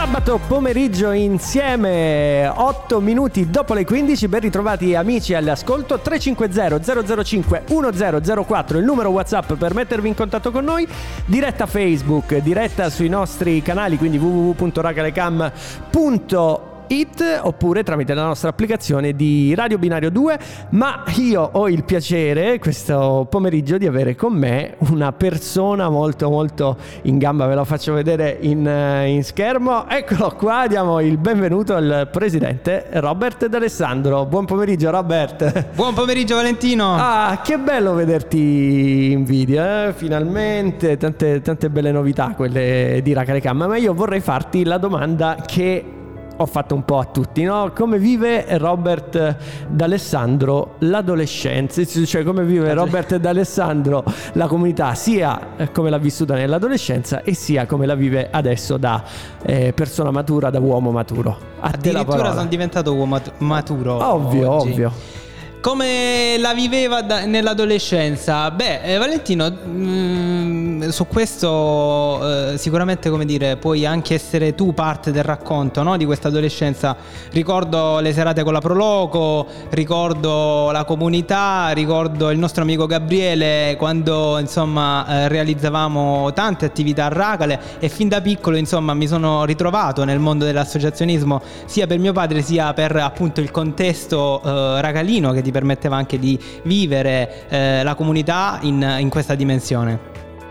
Sabato pomeriggio insieme, 8 minuti dopo le 15. Ben ritrovati amici all'ascolto. 350 005 1004 il numero WhatsApp per mettervi in contatto con noi. Diretta Facebook, diretta sui nostri canali, quindi www.racalecam.it oppure tramite la nostra applicazione di Radio Binario 2. Ma io ho il piacere questo pomeriggio di avere con me una persona molto molto in gamba. Ve lo faccio vedere in schermo. Eccolo qua, diamo il benvenuto al presidente Robert D'Alessandro. Buon pomeriggio Robert. Buon pomeriggio Valentino. Ah, che bello vederti in video, finalmente tante belle novità quelle di Racalecam. Ma io vorrei farti la domanda che ho fatto un po' a tutti, no? Come vive Robert D'Alessandro l'adolescenza? Cioè, come vive Robert D'Alessandro la comunità, sia come l'ha vissuta nell'adolescenza e sia come la vive adesso da persona matura, da uomo maturo. Addirittura sono diventato uomo maturo. Ovvio. Come la viveva nell'adolescenza? Valentino, su questo sicuramente, come dire, puoi anche essere tu parte del racconto, no? Di questa adolescenza. Ricordo le serate con la Proloco, ricordo la comunità, ricordo il nostro amico Gabriele quando insomma realizzavamo tante attività a Racale, e fin da piccolo insomma mi sono ritrovato nel mondo dell'associazionismo, sia per mio padre sia per appunto il contesto racalino, che ti permetteva anche di vivere la comunità in questa dimensione.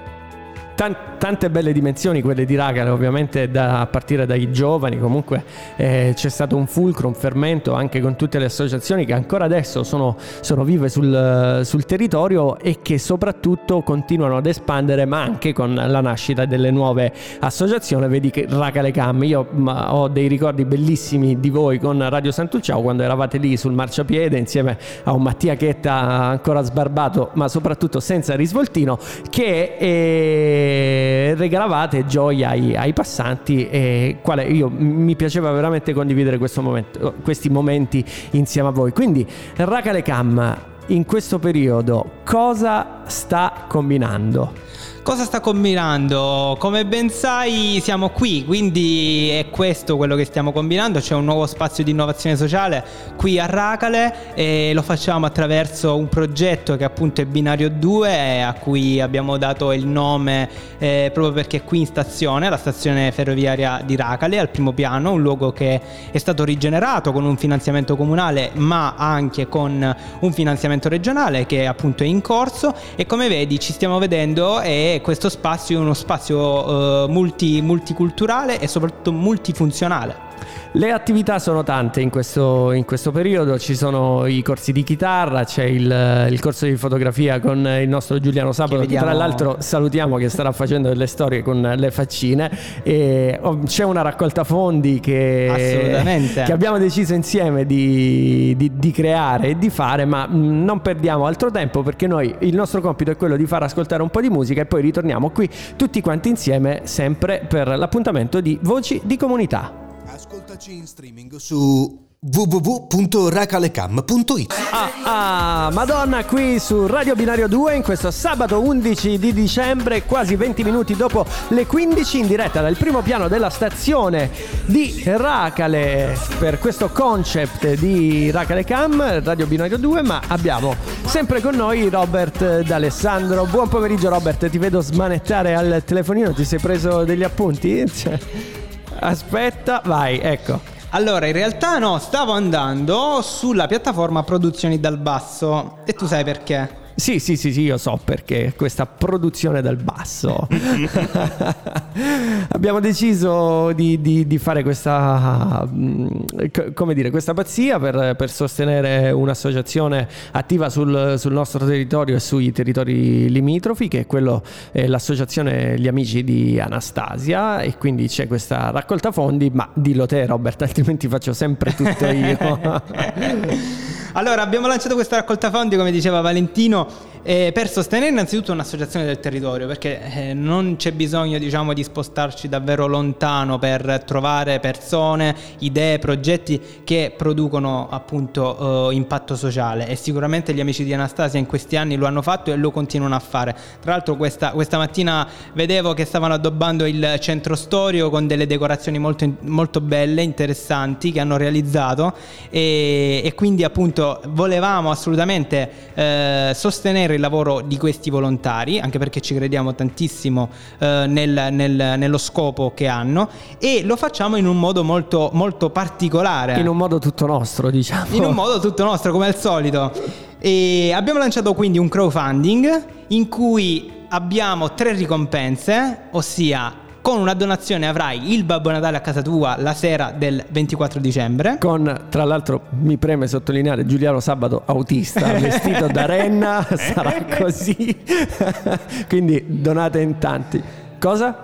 Tante belle dimensioni quelle di Racale, ovviamente a partire dai giovani. Comunque c'è stato un fulcro, un fermento anche con tutte le associazioni che ancora adesso sono vive sul territorio e che soprattutto continuano ad espandere, ma anche con la nascita delle nuove associazioni. Vedi che Racalecam, io ho dei ricordi bellissimi di voi con Radio Sant'Ucciao, quando eravate lì sul marciapiede insieme a un Mattia Chetta ancora sbarbato, ma soprattutto senza risvoltino, che regalavate gioia ai passanti, e mi piaceva veramente condividere questi momenti insieme a voi. Quindi Racalecam in questo periodo cosa sta combinando? Cosa sta combinando? Come ben sai siamo qui, quindi è questo quello che stiamo combinando. C'è un nuovo spazio di innovazione sociale qui a Racale e lo facciamo attraverso un progetto che appunto è Binario 2, a cui abbiamo dato il nome proprio perché qui in stazione, la stazione ferroviaria di Racale, al primo piano, un luogo che è stato rigenerato con un finanziamento comunale ma anche con un finanziamento regionale che appunto è in corso, e come vedi ci stiamo vedendo, e questo spazio è uno spazio multiculturale e soprattutto multifunzionale. Le attività sono tante in questo periodo. Ci sono i corsi di chitarra, c'è il corso di fotografia con il nostro Giuliano Sabato, che tra l'altro salutiamo, che starà facendo delle storie con le faccine, e c'è una raccolta fondi che abbiamo deciso insieme di creare e di fare, ma non perdiamo altro tempo, perché il nostro compito è quello di far ascoltare un po' di musica e poi ritorniamo qui tutti quanti insieme, sempre per l'appuntamento di Voci di Comunità. Ascoltaci in streaming su www.racalecam.it. Madonna, qui su Radio Binario 2 in questo sabato 11 di dicembre, quasi 20 minuti dopo le 15, in diretta dal primo piano della stazione di Racale per questo concept di Racalecam, Radio Binario 2. Ma abbiamo sempre con noi Robert D'Alessandro. Buon pomeriggio Robert, ti vedo smanettare al telefonino, ti sei preso degli appunti? Aspetta, vai, ecco. Allora, in realtà no, stavo andando sulla piattaforma Produzioni dal Basso, e tu sai perché? Sì, io so perché questa produzione dal basso. Abbiamo deciso di fare questa, come dire, questa pazzia per sostenere un'associazione attiva sul nostro territorio e sui territori limitrofi, che è l'associazione Gli Amici di Anastasia, e quindi c'è questa raccolta fondi. Ma dillo te Robert, altrimenti faccio sempre tutto io. Allora, abbiamo lanciato questa raccolta fondi, come diceva Valentino, per sostenere innanzitutto un'associazione del territorio, perché non c'è bisogno, diciamo, di spostarci davvero lontano per trovare persone, idee, progetti che producono appunto impatto sociale, e sicuramente gli amici di Anastasia in questi anni lo hanno fatto e lo continuano a fare. Tra l'altro questa mattina vedevo che stavano addobbando il centro storico con delle decorazioni molto, molto belle, interessanti, che hanno realizzato, e quindi appunto volevamo assolutamente sostenere il lavoro di questi volontari, anche perché ci crediamo tantissimo nello scopo che hanno, e lo facciamo in un modo molto, molto particolare, in un modo tutto nostro, diciamo, in un modo tutto nostro come al solito. E abbiamo lanciato quindi un crowdfunding in cui abbiamo 3 ricompense, ossia con una donazione avrai il Babbo Natale a casa tua la sera del 24 dicembre. Con, tra l'altro, mi preme sottolineare, Giuliano Sabato autista, vestito da renna, sarà così. Quindi donate in tanti. Cosa?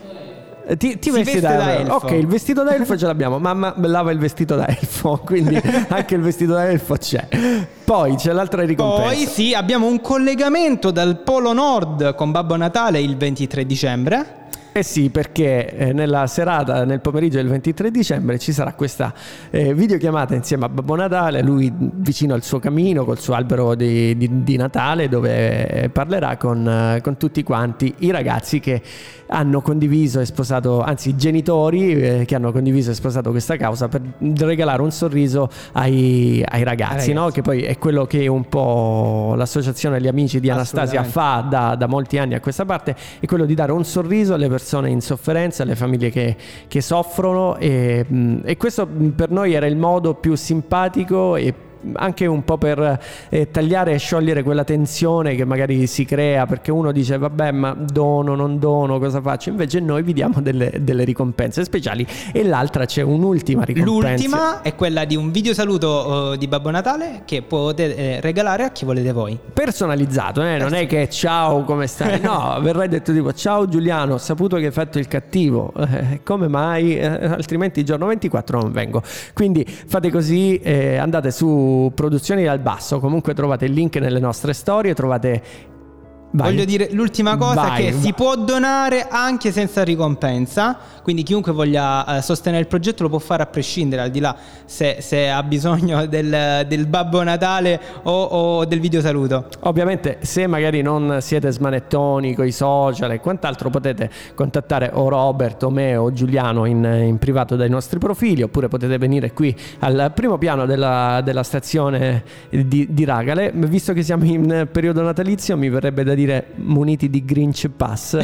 Ti vesti da elfo. Ok, il vestito da elfo ce l'abbiamo. Mamma lava il vestito da elfo, quindi anche il vestito da elfo c'è. Poi c'è l'altra ricompensa. Poi sì, abbiamo un collegamento dal Polo Nord con Babbo Natale il 23 dicembre. Eh sì, perché nella serata, nel pomeriggio del 23 dicembre ci sarà questa videochiamata insieme a Babbo Natale, lui vicino al suo camino col suo albero di Natale, dove parlerà con tutti quanti i ragazzi che hanno condiviso e sposato, anzi i genitori che hanno condiviso e sposato questa causa, per regalare un sorriso ai ragazzi, no? Che poi è quello che un po' l'associazione Gli Amici di Anastasia fa da molti anni a questa parte, è quello di dare un sorriso alle persone in sofferenza, alle famiglie che soffrono, e questo per noi era il modo più simpatico e anche un po' per tagliare e sciogliere quella tensione che magari si crea, perché uno dice vabbè, ma dono, non dono, cosa faccio? Invece noi vi diamo delle ricompense speciali, e l'altra c'è un'ultima ricompensa. L'ultima è quella di un video saluto di Babbo Natale che potete regalare a chi volete voi, personalizzato, non è che ciao come stai, no, verrai detto tipo ciao Giuliano, ho saputo che hai fatto il cattivo, come mai? Altrimenti il giorno 24 non vengo. Quindi fate così, andate su Produzioni dal Basso, comunque trovate il link nelle nostre storie, trovate... Vai. Voglio dire l'ultima cosa, che si può donare anche senza ricompensa, quindi chiunque voglia sostenere il progetto lo può fare a prescindere, al di là se ha bisogno del Babbo Natale o del video saluto. Ovviamente se magari non siete smanettoni con i social e quant'altro, potete contattare o Robert o me o Giuliano in privato dai nostri profili, oppure potete venire qui al primo piano della stazione di Racale. Visto che siamo in periodo natalizio, mi verrebbe da dire muniti di Grinch Pass.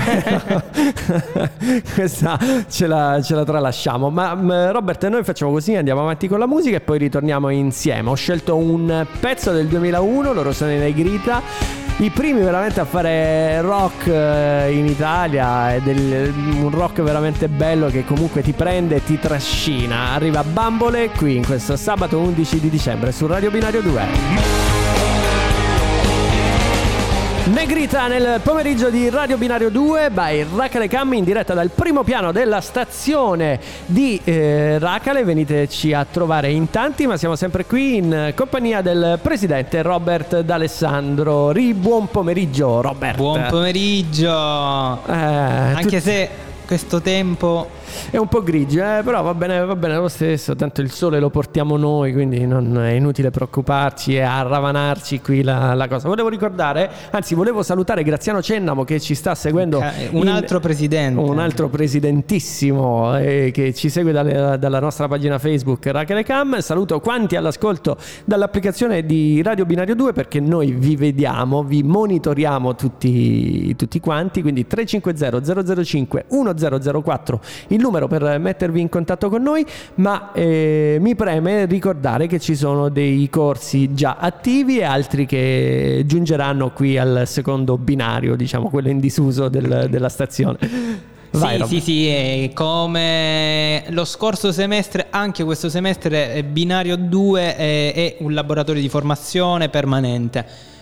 Questa ce la tralasciamo. Ma Robert, noi facciamo così, andiamo avanti con la musica e poi ritorniamo insieme. Ho scelto un pezzo del 2001, loro sono i Negrita, i primi veramente a fare rock in Italia, ed un rock veramente bello che comunque ti prende e ti trascina. Arriva Bambole qui in questo sabato 11 di dicembre su Radio Binario 2. Negrita nel pomeriggio di Radio Binario 2 by Racale Cam, in diretta dal primo piano della stazione di Racale. Veniteci a trovare in tanti, ma siamo sempre qui in compagnia del presidente Robert D'Alessandro. Buon pomeriggio Robert. Buon pomeriggio. Anche se questo tempo è un po' grigio, però va bene lo stesso, tanto il sole lo portiamo noi, quindi non è inutile preoccuparci e arravanarci qui la cosa. Volevo salutare Graziano Cennamo che ci sta seguendo, un altro presidentissimo che ci segue dalla nostra pagina Facebook Racale Cam. Saluto quanti all'ascolto dall'applicazione di Radio Binario 2, perché noi vi vediamo, vi monitoriamo tutti quanti, quindi 350 005 1004 il numero per mettervi in contatto con noi. Ma mi preme ricordare che ci sono dei corsi già attivi e altri che giungeranno qui al secondo binario, diciamo quello in disuso della stazione. Vai, sì, come lo scorso semestre, anche questo semestre Binario 2 è un laboratorio di formazione permanente.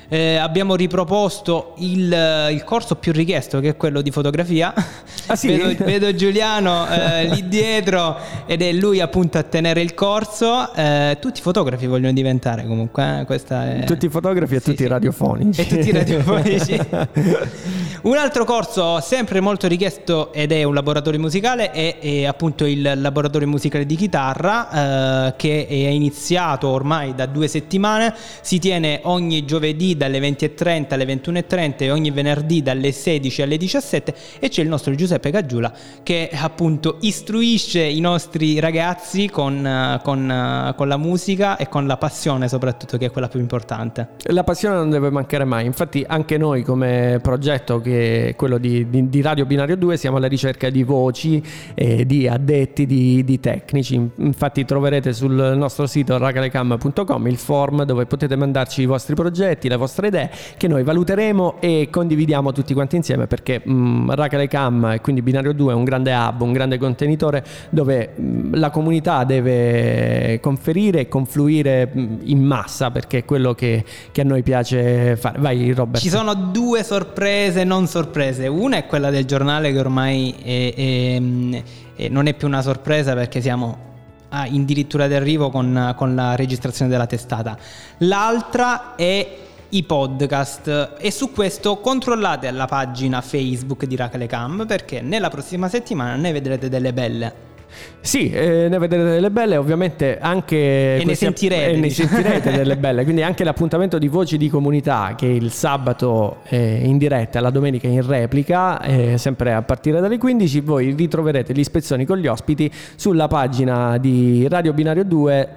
Abbiamo riproposto il corso più richiesto, che è quello di fotografia. Ah, sì? Vedo Giuliano lì dietro, ed è lui appunto a tenere il corso. Tutti fotografi vogliono diventare comunque, questa è... Tutti fotografi e tutti radiofonici. E tutti radiofonici. Un altro corso sempre molto richiesto, ed è un laboratorio musicale, è appunto il laboratorio musicale di chitarra, che è iniziato ormai da 2 settimane. Si tiene ogni giovedì dalle 20:30 alle 21:30 e ogni venerdì dalle 16 alle 17, e c'è il nostro Giuseppe Caggiula che appunto istruisce i nostri ragazzi con la musica e con la passione, soprattutto, che è quella più importante. La passione non deve mancare mai. Infatti anche noi, come progetto, che è quello di Radio Binario 2, siamo alla ricerca di voci, di addetti, di tecnici. Infatti troverete sul nostro sito ragalecam.com il form dove potete mandarci i vostri progetti, le vostre idee, che noi valuteremo e condividiamo tutti quanti insieme, perché Ragalecam, e quindi Binario 2, è un grande hub, un grande contenitore dove la comunità deve conferire e confluire in massa, perché è quello che a noi piace fare. Vai, Robert. Ci sono 2 sorprese non sorprese. Una è quella del giornale, che ormai non è più una sorpresa, perché siamo addirittura d'arrivo con la registrazione della testata. L'altra è i podcast, e su questo controllate la pagina Facebook di Ragalecam, perché nella prossima settimana ne vedrete delle belle. Sì, ne vedrete delle belle, ovviamente anche e ne sentirete delle belle, quindi anche l'appuntamento di Voci di Comunità, che il sabato in diretta e la domenica in replica, sempre a partire dalle 15. Voi ritroverete gli spezzoni con gli ospiti sulla pagina di Radio Binario 2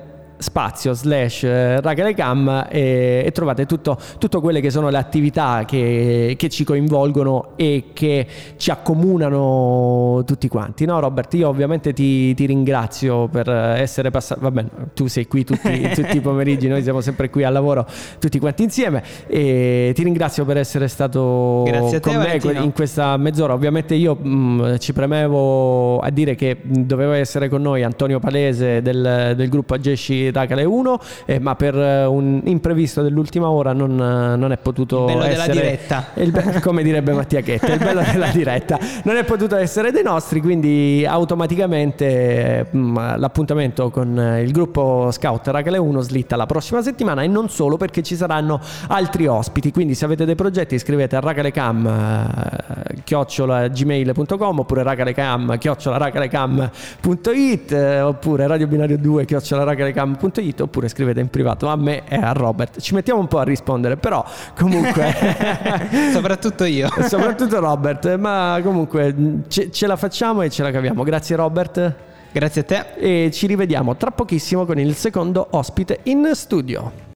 /Ragalecam, e trovate tutto quelle che sono le attività che ci coinvolgono e che ci accomunano tutti quanti, no Robert? Io ovviamente ti ringrazio per essere passato. Vabbè, tu sei qui tutti i pomeriggi, noi siamo sempre qui al lavoro tutti quanti insieme, e ti ringrazio per essere stato con me in questa mezz'ora. Ovviamente io ci premevo a dire che doveva essere con noi Antonio Palese del gruppo Agesci Racale 1, ma per un imprevisto dell'ultima ora non è potuto essere. Il bello della diretta. Come direbbe Mattia Chetta, il bello della diretta. Non è potuto essere dei nostri, quindi automaticamente l'appuntamento con il gruppo Scout Racale 1 slitta la prossima settimana, e non solo, perché ci saranno altri ospiti. Quindi se avete dei progetti, scrivete a ragalecam@gmail.com, oppure ragalecam@ragalecam.it, oppure radiobinario2@ragalecam.it, oppure scrivete in privato a me e a Robert. Ci mettiamo un po' a rispondere, però comunque soprattutto io, soprattutto Robert, ma comunque ce la facciamo e ce la caviamo. Grazie Robert. Grazie a te, e ci rivediamo tra pochissimo con il secondo ospite in studio.